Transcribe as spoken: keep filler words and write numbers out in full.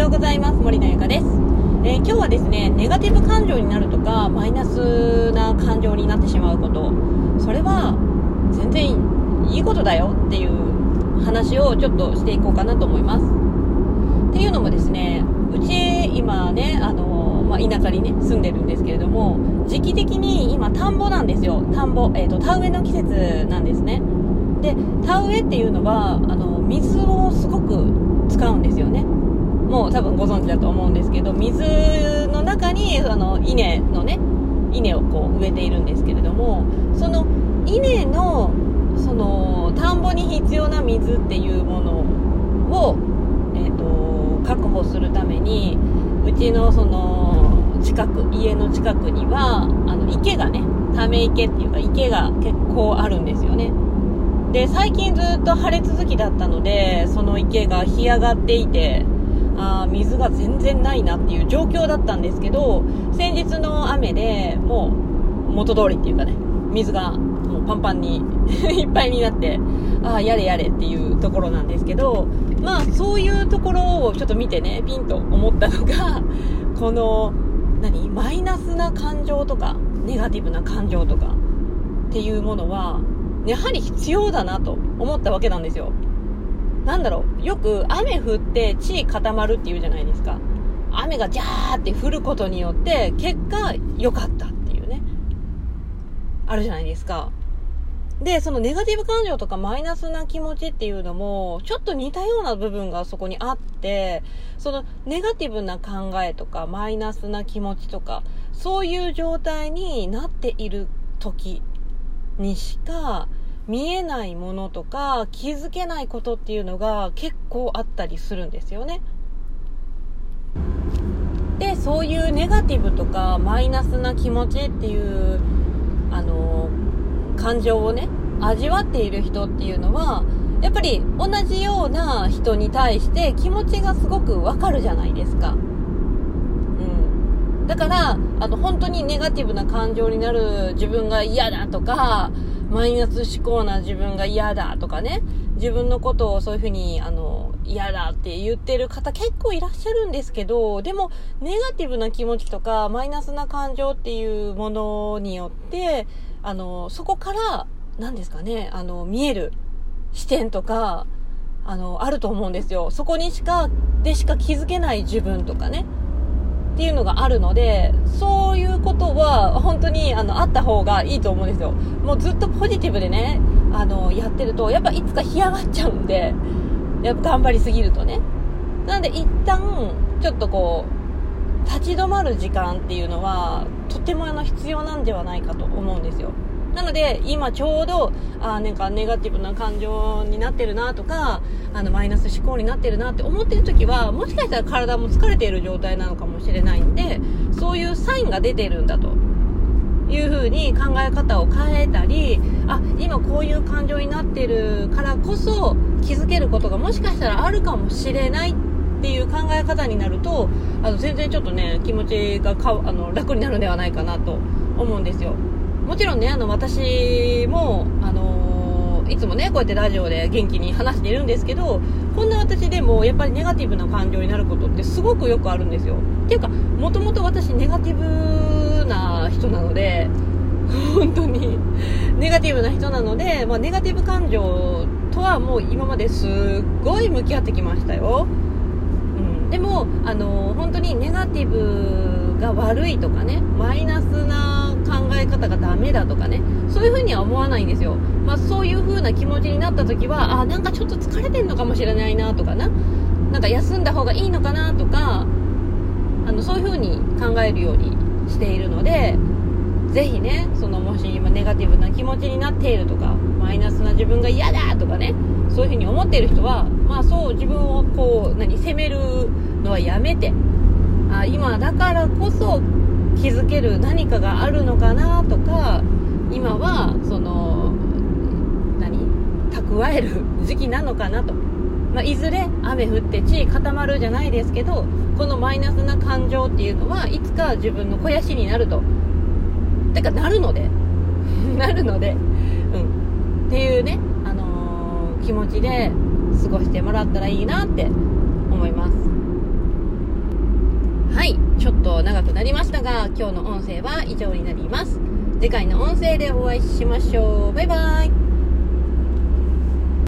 ようございます。森のゆかです。えー、今日はですね、ネガティブ感情になるとかマイナスな感情になってしまうこと、それは全然いいことだよっていう話をちょっとしていこうかなと思います。っていうのもですね、うち今ね、あのーまあ、田舎にね住んでるんですけれども、時期的に今田んぼなんですよ。田んぼ、えーと、田植えの季節なんですね。で、田植えっていうのはあの水をすごく使うんですよね。もう多分ご存知だと思うんですけど、水の中にあの稲のね稲をこう植えているんですけれども、その稲のその田んぼに必要な水っていうものを、えーと、確保するために、うちのその近く家の近くにはあの池がね、ため池っていうか池が結構あるんですよね。で、最近ずっと晴れ続きだったので、その池が干上がっていて、あ水が全然ないなっていう状況だったんですけど、先日の雨でもう元通りっていうかね、水がもうパンパンにいっぱいになって、あやれやれっていうところなんですけど、まあそういうところをちょっと見てね、ピンと思ったのが、この何マイナスな感情とかネガティブな感情とかっていうものはやはり必要だなと思ったわけなんですよ。なんだろう、よく雨降って地固まるっていうじゃないですか。雨がジャーって降ることによって結果良かったっていうね、あるじゃないですか。で、そのネガティブ感情とかマイナスな気持ちっていうのもちょっと似たような部分がそこにあって、そのネガティブな考えとかマイナスな気持ちとか、そういう状態になっている時にしか見えないものとか気づけないことっていうのが結構あったりするんですよね。で、そういうネガティブとかマイナスな気持ちっていうあの感情をね味わっている人っていうのは、やっぱり同じような人に対して気持ちがすごくわかるじゃないですか。だからあの本当にネガティブな感情になる自分が嫌だとか、マイナス思考な自分が嫌だとかね、自分のことをそういうふうにあの嫌だって言ってる方結構いらっしゃるんですけど、でもネガティブな気持ちとかマイナスな感情っていうものによってあのそこから何ですかね、あの見える視点とかあのあると思うんですよ。そこにしかでしか気づけない自分とかねっていうのがあるので、そういうことは本当にあのあった方がいいと思うんですよ。もうずっとポジティブでねあのやってるとやっぱいつか干上がっちゃうんで、やっぱ頑張りすぎるとね。なので一旦ちょっとこう立ち止まる時間っていうのはとてもあの必要なんではないかと思うんですよ。なので今ちょうどあなんかネガティブな感情になってるなとか、あのマイナス思考になってるなって思ってる時は、もしかしたら体も疲れている状態なのかもしれないんで、そういうサインが出てるんだという風に考え方を変えたり、あ今こういう感情になってるからこそ気づけることがもしかしたらあるかもしれないっていう考え方になると、あの全然ちょっとね気持ちがかあの楽になるんではないかなと思うんですよ。もちろんね、あの私もあのー、いつもねこうやってラジオで元気に話しているんですけど、こんな私でもやっぱりネガティブな感情になることってすごくよくあるんですよ。っていうか、もともと私ネガティブな人なので、本当にネガティブな人なので、まあ、ネガティブ感情とはもう今まですっごい向き合ってきましたよ。うん、でもあのー、本当にネガティブが悪いとかね、マイナスな考え方がダメだとかね、そういう風には思わないんですよ。まあそういう風な気持ちになった時は、あなんかちょっと疲れてんのかもしれないなとかな、なんか休んだ方がいいのかなとか、あのそういう風に考えるようにしているので、ぜひね、そのもし今ネガティブな気持ちになっているとか、マイナスな自分が嫌だとかね、そういう風に思っている人は、まあそう自分をこう何責めるのはやめて、あ今だからこそ気づける何かがあるのかなとか、今はその何蓄える時期なのかなと、まあ、いずれ雨降って地固まるじゃないですけど、このマイナスな感情っていうのはいつか自分の肥やしになると、てかなるのでなるので、うん、っていうね、あのー、気持ちで過ごしてもらったらいいなって思います。 ちょっと長くなりましたが、今日の音声は以上になります。次回の音声でお会いしましょう。バイバイ。